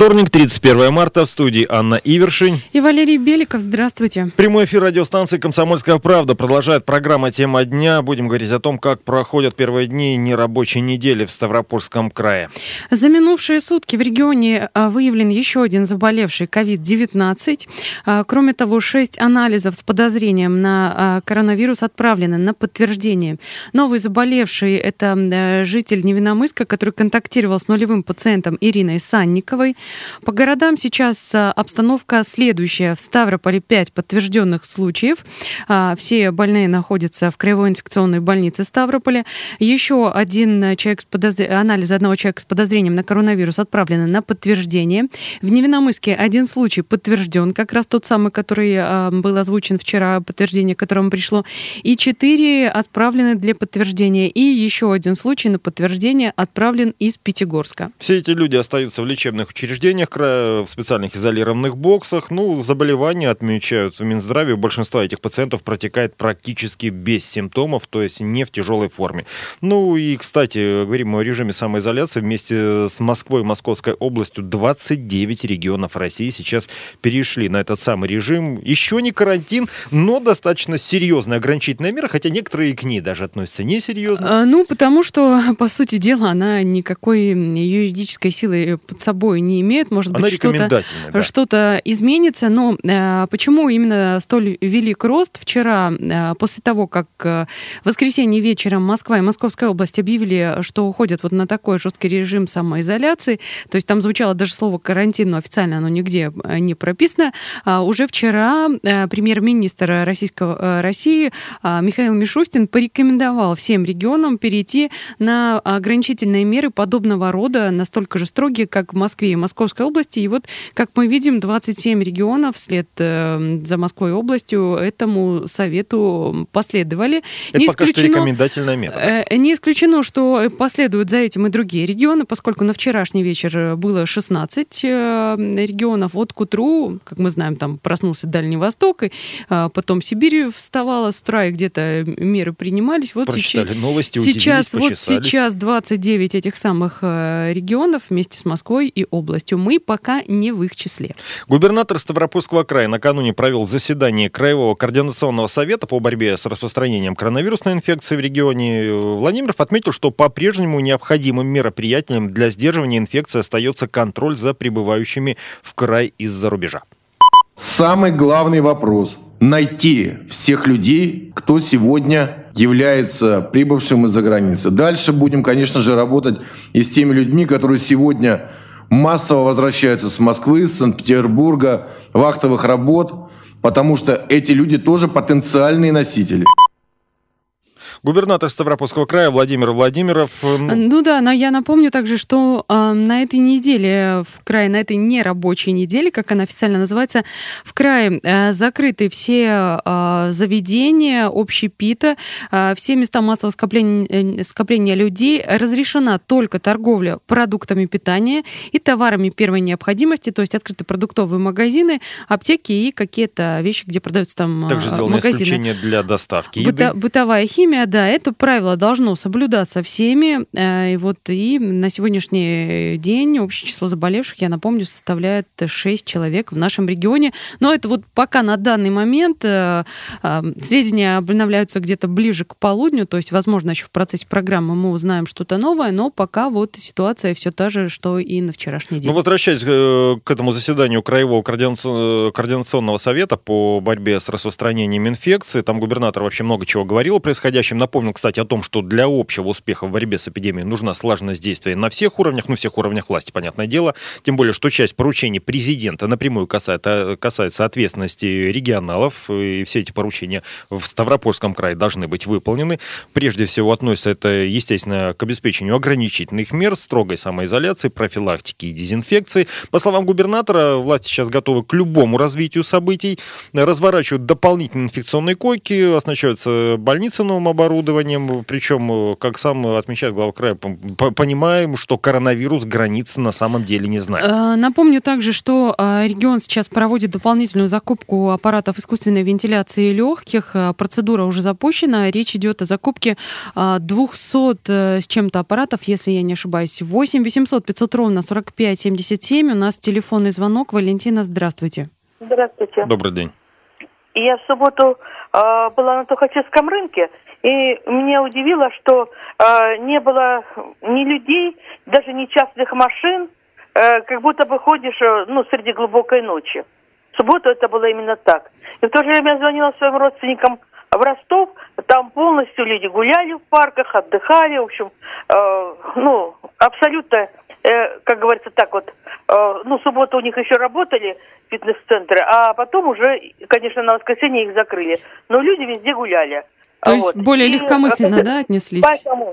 Вторник, 31 марта, в студии Анна Ивершинь и Валерий Беликов. Здравствуйте. Прямой эфир радиостанции «Комсомольская правда» продолжает программа «Тема дня». Будем говорить о том, как проходят первые дни нерабочей недели в Ставропольском крае. За минувшие сутки в регионе выявлен еще один заболевший COVID-19. Кроме того, 6 анализов с подозрением на коронавирус отправлены на подтверждение. Новый заболевший – это житель Невинномысска, который контактировал с нулевым пациентом Ириной Санниковой. По городам сейчас обстановка следующая. В Ставрополе 5 подтвержденных случаев. Все больные находятся в краевой инфекционной больнице Ставрополя. Еще один человек анализ одного человека с подозрением на коронавирус отправлены на подтверждение. В Невинномысске один случай подтвержден, как раз тот самый, который был озвучен вчера, подтверждение к которому пришло. И 4 отправлены для подтверждения. И еще один случай на подтверждение отправлен из Пятигорска. Все эти люди остаются в лечебных учреждениях, в специальных изолированных боксах. Заболевания, отмечают в Минздраве, у большинства этих пациентов протекает практически без симптомов, то есть не в тяжелой форме. И, кстати, говорим о режиме самоизоляции. Вместе с Москвой и Московской областью 29 регионов России сейчас перешли на этот самый режим. Еще не карантин, но достаточно серьезная ограничительная мера, хотя некоторые и к ней даже относятся несерьезно. Потому что, по сути дела, она никакой юридической силы под собой не имеет. Может быть, что-то изменится. Но почему именно столь велик рост? Вчера, после того, как в воскресенье вечером Москва и Московская область объявили, что уходят на такой жесткий режим самоизоляции, то есть там звучало даже слово «карантин», но официально оно нигде не прописано, уже вчера премьер-министр России Михаил Мишустин порекомендовал всем регионам перейти на ограничительные меры подобного рода, настолько же строгие, как в Москве и Московской области. И как мы видим, 27 регионов вслед за Москвой и областью этому совету последовали. Это пока что рекомендательная мера. Не исключено, что последуют за этим и другие регионы, поскольку на вчерашний вечер было 16 регионов. К утру, как мы знаем, там проснулся Дальний Восток, и потом Сибирь вставала с утра, и где-то меры принимались. Прочитали новости, удивились, почесались. Сейчас 29 этих самых регионов вместе с Москвой и областью. Мы пока не в их числе. Губернатор Ставропольского края накануне провел заседание Краевого координационного совета по борьбе с распространением коронавирусной инфекции в регионе. Владимиров отметил, что по-прежнему необходимым мероприятием для сдерживания инфекции остается контроль за прибывающими в край из-за рубежа. Самый главный вопрос – найти всех людей, кто сегодня является прибывшим из-за границы. Дальше будем, конечно же, работать и с теми людьми, которые сегодня массово возвращаются с Москвы, с Санкт-Петербурга, вахтовых работ, потому что эти люди тоже потенциальные носители. Губернатор Ставропольского края Владимир Владимиров. Но я напомню также, что на этой неделе, в крае, на этой нерабочей неделе, как она официально называется, в крае закрыты все заведения, общепита, все места массового скопления людей. Разрешена только торговля продуктами питания и товарами первой необходимости, то есть открыты продуктовые магазины, аптеки и какие-то вещи, где продаются там магазины. Также сделано исключение для доставки еды. Бытовая химия, да, это правило должно соблюдаться всеми. И на сегодняшний день общее число заболевших, я напомню, составляет 6 человек в нашем регионе. Но это пока на данный момент сведения обновляются где-то ближе к полудню, то есть, возможно, еще в процессе программы мы узнаем что-то новое, но пока ситуация все та же, что и на вчерашний день. Возвращаясь к этому заседанию Краевого координационного совета по борьбе с распространением инфекции, там губернатор вообще много чего говорил о происходящем. Напомнил, кстати, о том, что для общего успеха в борьбе с эпидемией нужна слаженность действия на всех уровнях, всех уровнях власти, понятное дело. Тем более, что часть поручений президента напрямую касается ответственности регионалов, и все эти поручения в Ставропольском крае должны быть выполнены. Прежде всего, относится это, естественно, к обеспечению ограничительных мер, строгой самоизоляции, профилактики и дезинфекции. По словам губернатора, власти сейчас готовы к любому развитию событий, разворачивают дополнительные инфекционные койки, оснащаются больницы новым оборудованием, оборудованием, причем, как сам отмечает глава края, понимаем, что коронавирус границ на самом деле не знает. Напомню также, что регион сейчас проводит дополнительную закупку аппаратов искусственной вентиляции легких. Процедура уже запущена. Речь идет о закупке 200 с чем-то аппаратов, если я не ошибаюсь. 8 800 500 ровно 45 77. У нас телефонный звонок. Валентина, здравствуйте. Здравствуйте. Добрый день. Я в субботу была на Тухачевском рынке, и меня удивило, что не было ни людей, даже ни частных машин, как будто бы ходишь, среди глубокой ночи. В субботу это было именно так. И в то же время я звонила своим родственникам в Ростов, там полностью люди гуляли в парках, отдыхали, в общем, абсолютно, как говорится, так вот, в субботу у них еще работали фитнес-центры, а потом уже, конечно, на воскресенье их закрыли. Но люди везде гуляли. То есть более легкомысленно, отнеслись?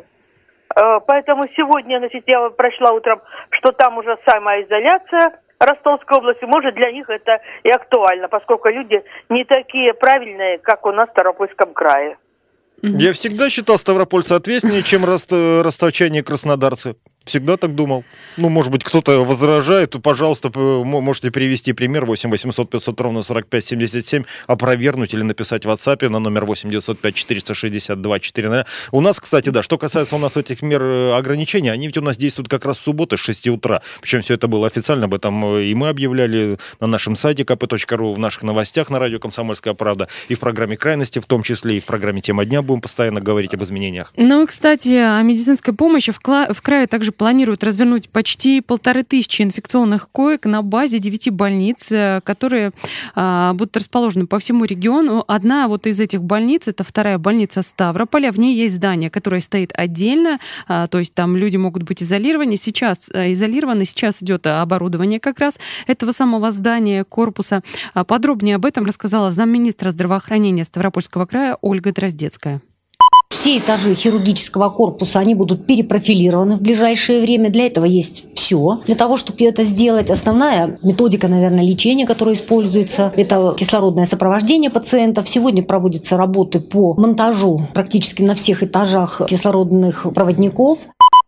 Поэтому сегодня, я прочла утром, что там уже самоизоляция Ростовской области. Может, для них это и актуально, поскольку люди не такие правильные, как у нас в Ставропольском крае. Я всегда считал ставропольцы ответственнее, чем ростовчане и краснодарцы. Всегда так думал. Может быть, кто-то возражает, то, пожалуйста, можете привести пример 8 800 500 ровно 45 77, опровергнуть или написать в WhatsApp на номер 8 905 462 400. У нас, кстати, что касается у нас этих мер ограничений, они ведь у нас действуют как раз с субботы, с 6 утра. Причем все это было официально, об этом и мы объявляли на нашем сайте kp.ru, в наших новостях на радио «Комсомольская правда», и в программе «Крайности», в том числе, и в программе «Тема дня» будем постоянно говорить об изменениях. И, кстати, о медицинской помощи в крае также планируют развернуть почти 1500 инфекционных коек на базе 9 больниц, которые будут расположены по всему региону. Одна из этих больниц, это вторая больница Ставрополя. В ней есть здание, которое стоит отдельно, то есть там люди могут быть изолированы. Сейчас идет оборудование как раз этого самого здания, корпуса. Подробнее об этом рассказала замминистра здравоохранения Ставропольского края Ольга Дроздецкая. Все этажи хирургического корпуса, они будут перепрофилированы в ближайшее время. Для этого есть все. Для того, чтобы это сделать, основная методика, наверное, лечения, которая используется, это кислородное сопровождение пациентов. Сегодня проводятся работы по монтажу практически на всех этажах кислородных проводников.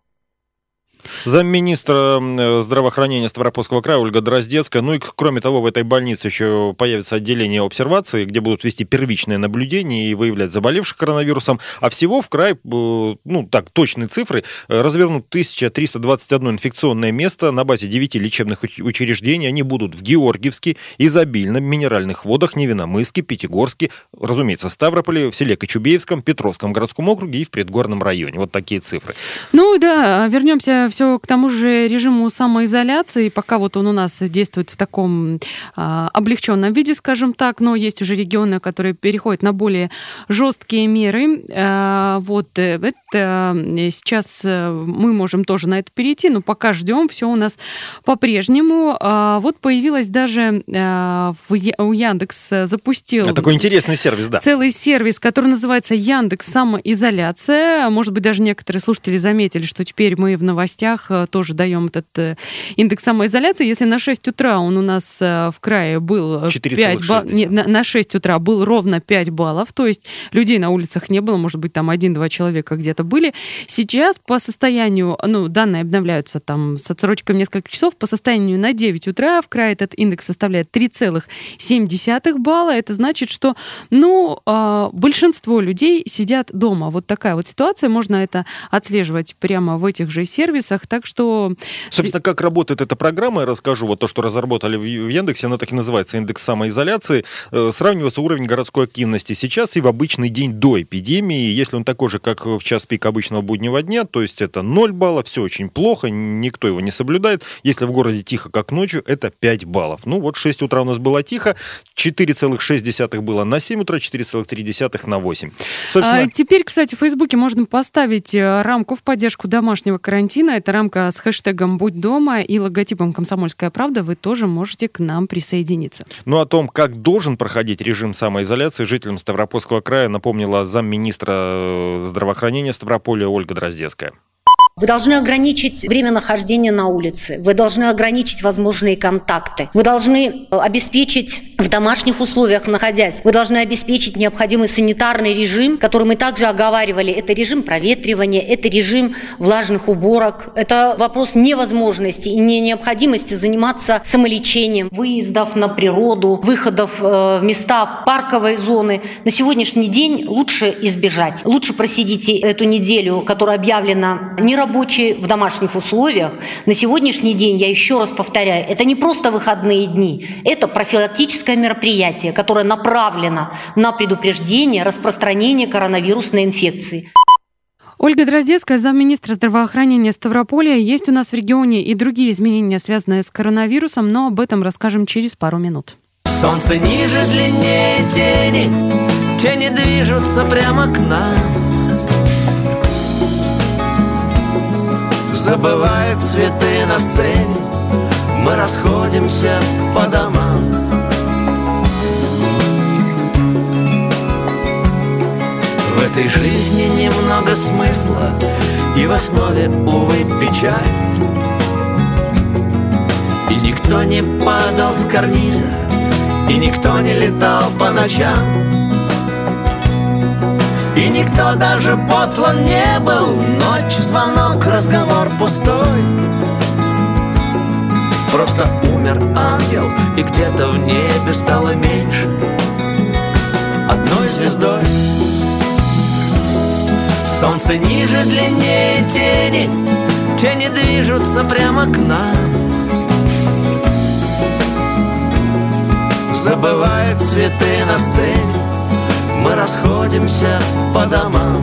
Замминистра здравоохранения Ставропольского края Ольга Дроздецкая. И, кроме того, в этой больнице еще появится отделение обсервации, где будут вести первичное наблюдение и выявлять заболевших коронавирусом. А всего в край, точные цифры, развернут 1321 инфекционное место на базе 9 лечебных учреждений. Они будут в Георгиевске, Изобильном, Минеральных Водах, Невиномысске, Пятигорске, разумеется, Ставрополе, в селе Кочубеевском, Петровском городском округе и в Предгорном районе. Вот такие цифры. Вернемся все к тому же режиму самоизоляции. Пока он у нас действует в таком облегченном виде, скажем так, но есть уже регионы, которые переходят на более жесткие меры. Это сейчас мы можем тоже на это перейти, но пока ждем, все у нас по-прежнему. Появилась даже у Яндекс запустил... Такой интересный сервис, да. Целый сервис, который называется Яндекс Самоизоляция. Может быть, даже некоторые слушатели заметили, что теперь мы в новостях тоже даем этот индекс самоизоляции. Если на 6 утра он у нас в крае был 5 баллов, на 6 утра был ровно 5 баллов, то есть людей на улицах не было, может быть, там 1-2 человека где-то были. Сейчас по состоянию, данные обновляются там с отсрочкой в несколько часов, по состоянию на 9 утра в крае этот индекс составляет 3,7 балла. Это значит, что большинство людей сидят дома. Вот такая ситуация. Можно это отслеживать прямо в этих же сервисах. Так что... Собственно, как работает эта программа, я расскажу. То, что разработали в Яндексе, она так и называется, индекс самоизоляции. Сравнивается уровень городской активности сейчас и в обычный день до эпидемии. Если он такой же, как в час пик обычного буднего дня, то есть это 0 баллов, все очень плохо, никто его не соблюдает. Если в городе тихо, как ночью, это 5 баллов. 6 утра у нас было тихо, 4,6 было на 7 утра, 4,3 на 8. Собственно... Теперь, кстати, в Фейсбуке можно поставить рамку в поддержку домашнего карантина. Это рамка с хэштегом «Будь дома» и логотипом «Комсомольская правда». Вы тоже можете к нам присоединиться. О том, как должен проходить режим самоизоляции, жителям Ставропольского края напомнила замминистра здравоохранения Ставрополя Ольга Дроздецкая. Вы должны ограничить время нахождения на улице, вы должны ограничить возможные контакты, вы должны обеспечить в домашних условиях находясь, вы должны обеспечить необходимый санитарный режим, который мы также оговаривали. Это режим проветривания, это режим влажных уборок, это вопрос невозможности и необходимости заниматься самолечением, выездов на природу, выходов в места в парковой зоны. На сегодняшний день лучше избежать. Лучше просидите эту неделю, которая объявлена нерабочей, в домашних условиях. На сегодняшний день, я еще раз повторяю, это не просто выходные дни, это профилактическое мероприятие, которое направлено на предупреждение распространения коронавирусной инфекции. Ольга Дроздецкая, замминистра здравоохранения Ставрополья. Есть у нас в регионе и другие изменения, связанные с коронавирусом, но об этом расскажем через пару минут. Солнце ниже, длиннее тени, тени движутся прямо к нам. Забывают цветы на сцене, мы расходимся по домам. В этой жизни немного смысла, и в основе, увы, печаль. И никто не падал с карниза, и никто не летал по ночам, и никто даже послан не был. Ночь, звонок, разговор пустой. Просто умер ангел, и где-то в небе стало меньше одной звездой. Солнце ниже, длиннее тени, тени движутся прямо к нам. Забывают цветы на сцене, мы расходимся по домам.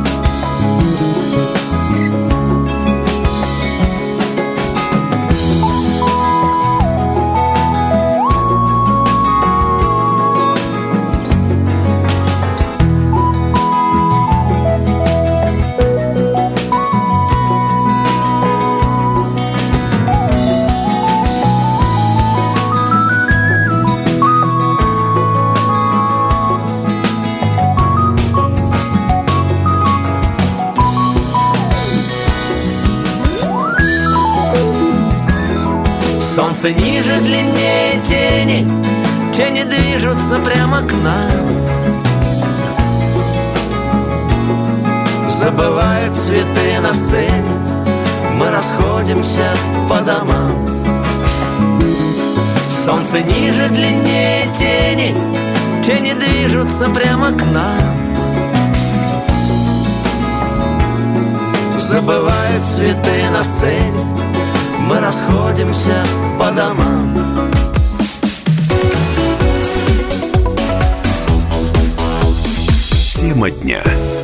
Солнце ниже, длиннее тени, тени движутся прямо к нам. Забывают цветы на сцене, мы расходимся по домам. Солнце ниже, длиннее тени, тени движутся прямо к нам. Забывают цветы на сцене, мы расходимся по домам. Тема дня.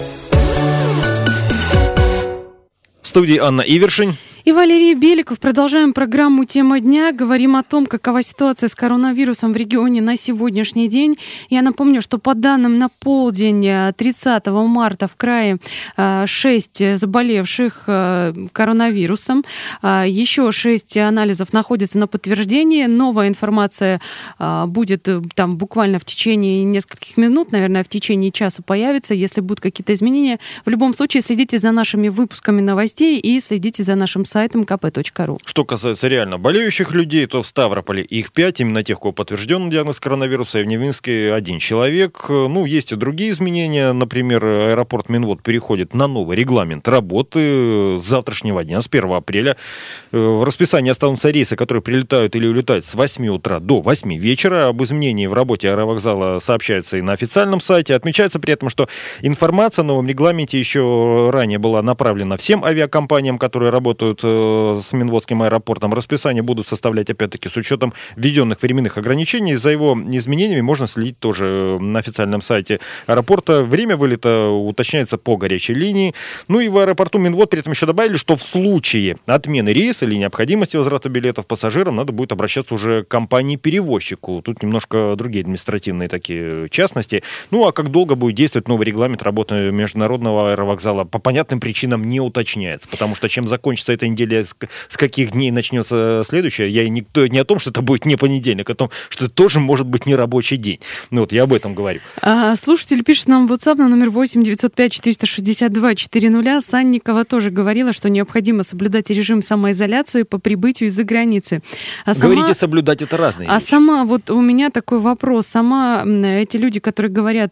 В студии Анна Ивершин и Валерий Беликов. Продолжаем программу «Тема дня». Говорим о том, какова ситуация с коронавирусом в регионе на сегодняшний день. Я напомню, что по данным на полдень 30 марта в крае 6 заболевших коронавирусом. Еще 6 анализов находятся на подтверждении. Новая информация будет там буквально в течение нескольких минут, наверное, в течение часа появится, если будут какие-то изменения. В любом случае, следите за нашими выпусками новостей и следите за нашим сайтом kp.ru. Что касается реально болеющих людей, то в Ставрополе их 5, именно тех, у кого подтвержден диагноз коронавируса, и в Невинске 1 человек. Ну, есть и другие изменения. Например, аэропорт Минвод переходит на новый регламент работы с завтрашнего дня, с 1 апреля. В расписании останутся рейсы, которые прилетают или улетают с 8 утра до 8 вечера. Об изменении в работе аэровокзала сообщается и на официальном сайте. Отмечается при этом, что информация о новом регламенте еще ранее была направлена всем авиакомпаниям, которые работают с Минводским аэропортом. Расписание будут составлять, опять-таки, с учетом введенных временных ограничений. За его изменениями можно следить тоже на официальном сайте аэропорта. Время вылета уточняется по горячей линии. Ну и в аэропорту Минвод при этом еще добавили, что в случае отмены рейса или необходимости возврата билетов пассажирам надо будет обращаться уже к компании-перевозчику. Тут немножко другие административные такие частности. Ну а как долго будет действовать новый регламент работы международного аэровокзала, по понятным причинам не уточняется. Потому что чем закончится эта неделя, с каких дней начнется следующая. Я не о том, что это будет не понедельник, а о том, что это тоже может быть не рабочий день. Ну вот я об этом говорю. Слушатель пишет нам в WhatsApp на номер 8 905 462 400. Санникова тоже говорила, что необходимо соблюдать режим самоизоляции по прибытию из-за границы. Говорите, соблюдать — это разные вещи. Сама, вот у меня такой вопрос. Сами эти люди, которые говорят,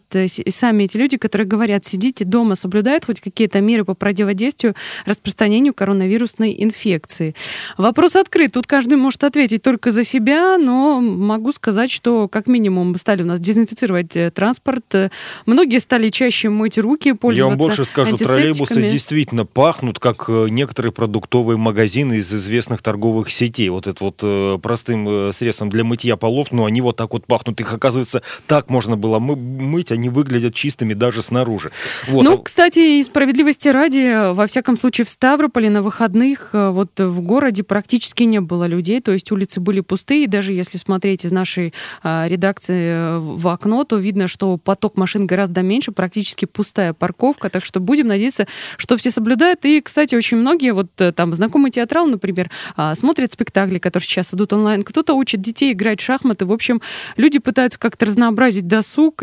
сидите дома, соблюдают хоть какие-то меры по противодействию распространению коронавирусной инфекции? Вопрос открыт. Тут каждый может ответить только за себя, но могу сказать, что как минимум стали у нас дезинфицировать транспорт. Многие стали чаще мыть руки, пользоваться Я вам больше скажу, троллейбусы действительно пахнут, как некоторые продуктовые магазины из известных торговых сетей. Вот это вот простым средством для мытья полов, но они вот так вот пахнут. Их, оказывается, так можно было мыть, они выглядят чистыми даже снаружи. Вот. Ну, кстати, и справедливости ради, во всяком случае, в Ставрополе на выходных вот в городе практически не было людей, то есть улицы были пустые, и даже если смотреть из нашей редакции в окно, то видно, что поток машин гораздо меньше, практически пустая парковка, так что будем надеяться, что все соблюдают. И, кстати, очень многие, вот там знакомый театрал, например, смотрят спектакли, которые сейчас идут онлайн, кто-то учит детей играть в шахматы. В общем, люди пытаются как-то разнообразить досуг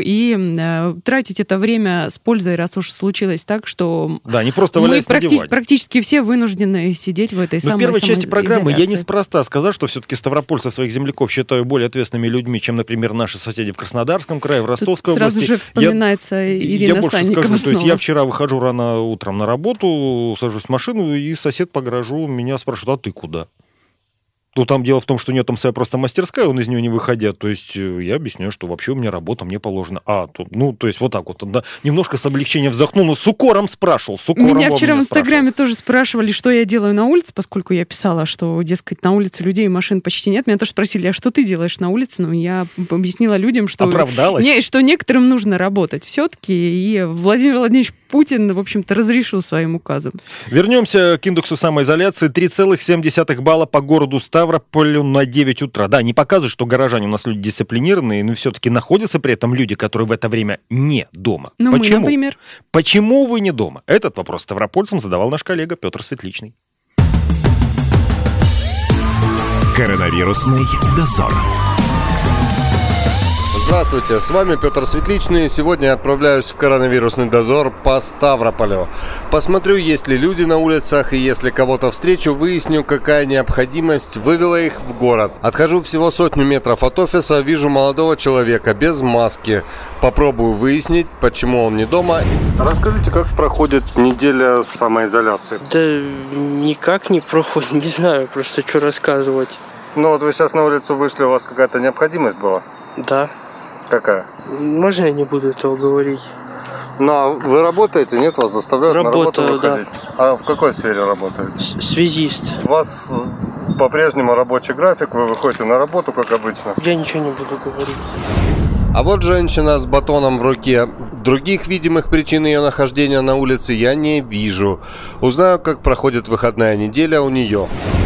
и тратить это время с пользой, раз уж случилось так, что да, не просто мы практически все вынуждены сидеть в этой самой в первой части программы я неспроста сказал, что все-таки ставропольцев, своих земляков, считаю более ответственными людьми, чем, например, наши соседи в Краснодарском крае, в Ростовской области. Сразу же вспоминается Ирина Санникова. Я больше скажу, то есть я вчера выхожу рано утром на работу, сажусь в машину, и сосед по гаражу меня спрашивает: а ты куда? Ну, там дело в том, что у него там своя просто мастерская, он из нее не выходя. То есть я объясняю, что вообще у меня работа, мне положено. То есть вот так вот. Да, немножко с облегчением вздохнул, но с укором спрашивал. Меня вчера в Инстаграме тоже спрашивали, что я делаю на улице, поскольку я писала, что, дескать, на улице людей и машин почти нет. Меня тоже спросили, а что ты делаешь на улице? Ну, я объяснила людям, что... Оправдалась? Что некоторым нужно работать все-таки. И Владимир Владимирович Путин, в общем-то, разрешил своим указом. Вернемся к индексу самоизоляции. 3,7 балла по городу Ставрополю на 9 утра. Да, не показывает, что горожане у нас люди дисциплинированные, но все-таки находятся при этом люди, которые в это время не дома. Ну, почему? Мы, например. Почему вы не дома? Этот вопрос ставропольцам задавал наш коллега Петр Светличный. Коронавирусный дозор. Здравствуйте, с вами Петр Светличный. Сегодня я отправляюсь в коронавирусный дозор по Ставрополю. Посмотрю, есть ли люди на улицах, и если кого-то встречу, выясню, какая необходимость вывела их в город. Отхожу всего 100 метров от офиса, вижу молодого человека без маски. Попробую выяснить, почему он не дома. Расскажите, как проходит неделя самоизоляции? Да никак не проходит, не знаю, просто что рассказывать. Ну вот вы сейчас на улицу вышли, у вас какая-то необходимость была? Да. Какая? Можно я не буду этого говорить? Ну, а вы работаете, нет? Вас заставляют на работу выходить? Да. А в какой сфере работаете? Связист. У вас по-прежнему рабочий график, вы выходите на работу, как обычно? Я ничего не буду говорить. А вот женщина с батоном в руке. Других видимых причин ее нахождения на улице я не вижу. Узнаю, как проходит выходная неделя у нее.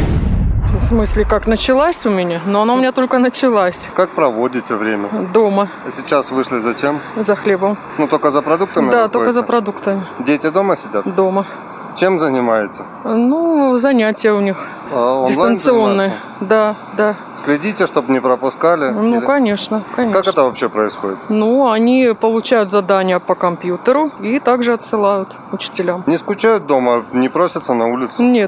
В смысле, как началась у меня? Но она у меня только началась. Как проводите время? Дома. Сейчас вышли зачем? За хлебом. Ну, только за продуктами? Да, только за продуктами. Дети дома сидят? Дома. Чем занимаете? Ну, занятия у них. Дистанционные. Да. Следите, чтобы не пропускали? Ну, конечно. Как это вообще происходит? Ну, они получают задания по компьютеру и также отсылают учителям. Не скучают дома, не просятся на улицу? Нет.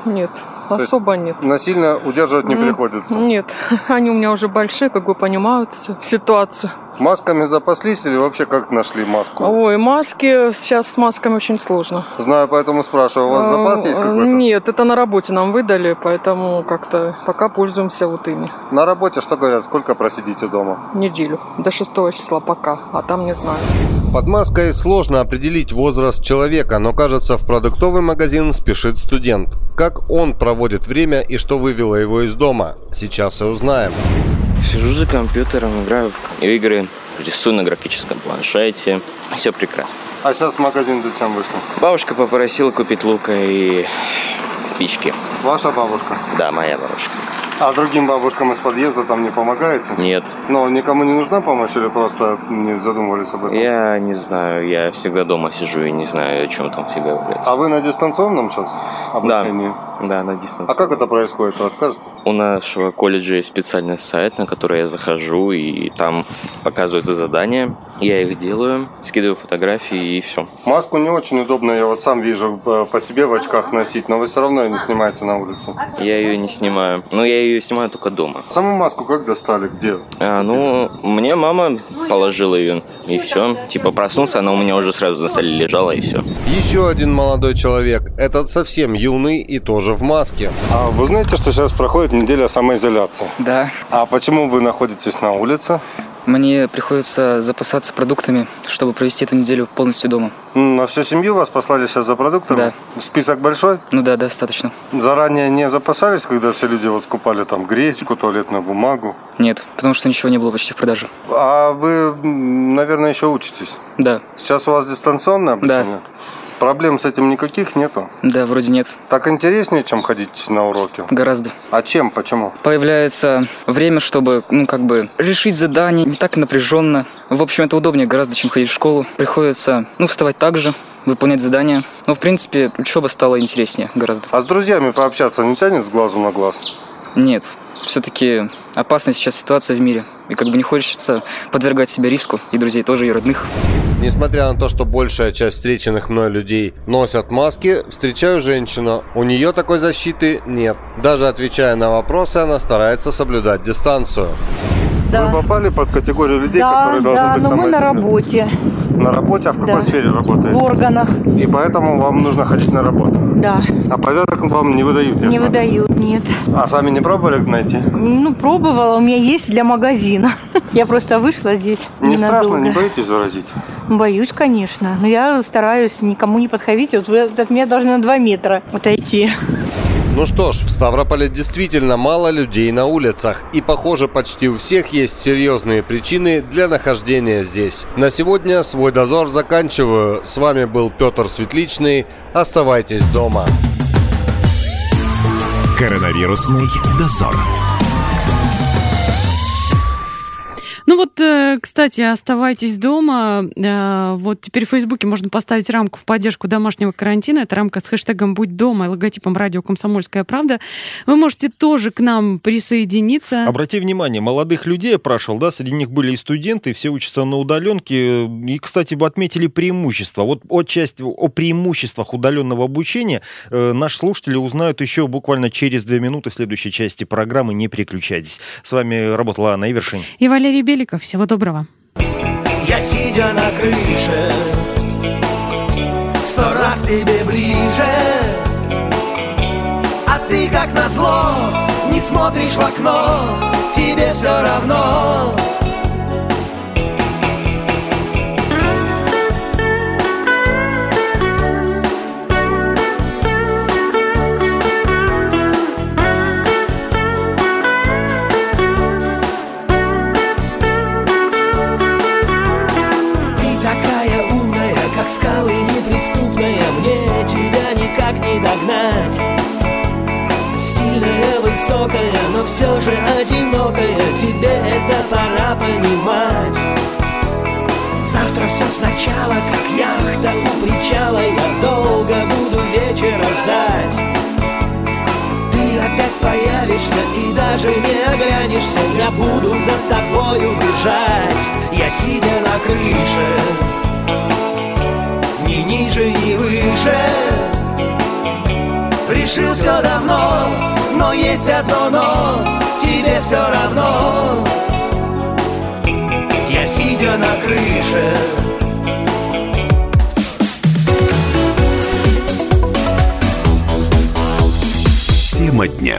Особо нет. Насильно удерживать не приходится? Нет. Они у меня уже большие, как бы понимают ситуацию. Масками запаслись или вообще как нашли маску? Ой, маски, сейчас с масками очень сложно. Знаю, поэтому спрашиваю, у вас запас есть какой-то? Нет, это на работе нам выдали, поэтому как-то пока пользуемся вот ими. На работе что говорят, сколько просидите дома? Неделю, до 6 числа пока, а там не знаю. Под маской сложно определить возраст человека, но, кажется, в продуктовый магазин спешит студент. Как он проводит время и что вывело его из дома? Сейчас и узнаем. Сижу за компьютером, играю в игры, рисую на графическом планшете. Все прекрасно. А сейчас в магазин зачем вышли? Бабушка попросила купить лука и спички. Ваша бабушка? Да, моя бабушка. А другим бабушкам из подъезда там не помогаете? Нет. Но никому не нужна помощь или просто не задумывались об этом? Я не знаю, я всегда дома сижу и не знаю, о чем там всегда говорят. А вы на дистанционном сейчас обучении? Да. Да, на дистанции. А как это происходит, расскажете? У нашего колледжа есть специальный сайт, на который я захожу, и там показываются задания. Я их делаю, скидываю фотографии и все. Маску не очень удобно, я вот сам вижу по себе в очках носить, но вы все равно ее не снимаете на улице. Я ее не снимаю. Но я ее снимаю только дома. Саму маску как достали? Где? Мне мама положила ее, и все. Типа проснулся, она у меня уже сразу на столе лежала, и все. Еще один молодой человек, этот совсем юный и тоже в маске. А вы знаете, что сейчас проходит неделя самоизоляции? Да. А почему вы находитесь на улице? Мне приходится запасаться продуктами, чтобы провести эту неделю полностью дома. На всю семью вас послали сейчас за продуктами? Да. Список большой? Ну да, достаточно. Заранее не запасались, когда все люди вот скупали там гречку, туалетную бумагу? Нет, потому что ничего не было почти в продаже. А вы, наверное, еще учитесь? Да. Сейчас у вас дистанционное обучение? Да. Проблем с этим никаких нету? Да, вроде нет. Так интереснее, чем ходить на уроки? Гораздо. А чем? Почему? Появляется время, чтобы, решить задание, не так напряженно. В общем, это удобнее гораздо, чем ходить в школу. Приходится, вставать так же, выполнять задания. Но, в принципе, учеба стала интереснее гораздо. А с друзьями пообщаться не тянет с глазу на глаз? Нет. Все-таки опасная сейчас ситуация в мире. И не хочется подвергать себя риску, и друзей тоже, и родных. Несмотря на то, что большая часть встреченных мной людей носят маски, встречаю женщину. У нее такой защиты нет. Даже отвечая на вопросы, она старается соблюдать дистанцию. Да. Вы попали под категорию людей, которые должны быть самоизолированы? Да, но мы на работе. На работе? А в какой сфере работаете? В органах. И поэтому вам нужно ходить на работу? Да. А повязок вам не выдают? Не выдают, нет. А сами не пробовали найти? Пробовала. У меня есть для магазина. Я просто вышла здесь не ненадолго. Страшно? Не боитесь заразить? Боюсь, конечно. Но я стараюсь никому не подходить. Вот вы от меня должны на 2 метра отойти. Ну что ж, в Ставрополе действительно мало людей на улицах. И, похоже, почти у всех есть серьезные причины для нахождения здесь. На сегодня свой дозор заканчиваю. С вами был Петр Светличный. Оставайтесь дома. Коронавирусный дозор. Кстати, оставайтесь дома. Вот теперь в Фейсбуке можно поставить рамку в поддержку домашнего карантина. Это рамка с хэштегом «Будь дома» и логотипом радио «Комсомольская правда». Вы можете тоже к нам присоединиться. Обрати внимание, молодых людей опрашивал, среди них были и студенты, все учатся на удаленке. И, кстати, вы отметили преимущества. Вот о преимуществах удаленного обучения наши слушатели узнают еще буквально через 2 минуты в следующей части программы. Не переключайтесь. С вами работала Анна Ивершин и Валерий Беликов. Всего доброго. Я сидя на крыше, 100 раз тебе ближе, а ты как назло не смотришь в окно, тебе все равно. Скалы неприступная, мне тебя никак не догнать. Стильная, высокая, но все же одинокая, тебе это пора понимать. Завтра все сначала, как яхта у причала, я долго буду вечера ждать. Ты опять появишься и даже не оглянешься, я буду за тобою бежать. Я сидя на крыше, ни ниже, ни выше, решил все давно, но есть одно но, тебе все равно. Я сидя на крыше. Тема дня.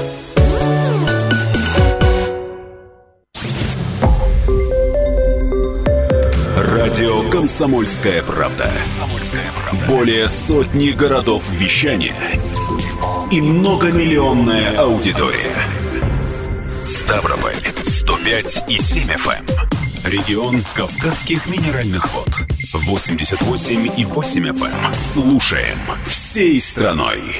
Радио «Комсомольская правда». Более сотни городов вещания и многомиллионная аудитория. Ставрополь 105,7 FM. Регион Кавказских минеральных вод 88,8 FM. Слушаем всей страной.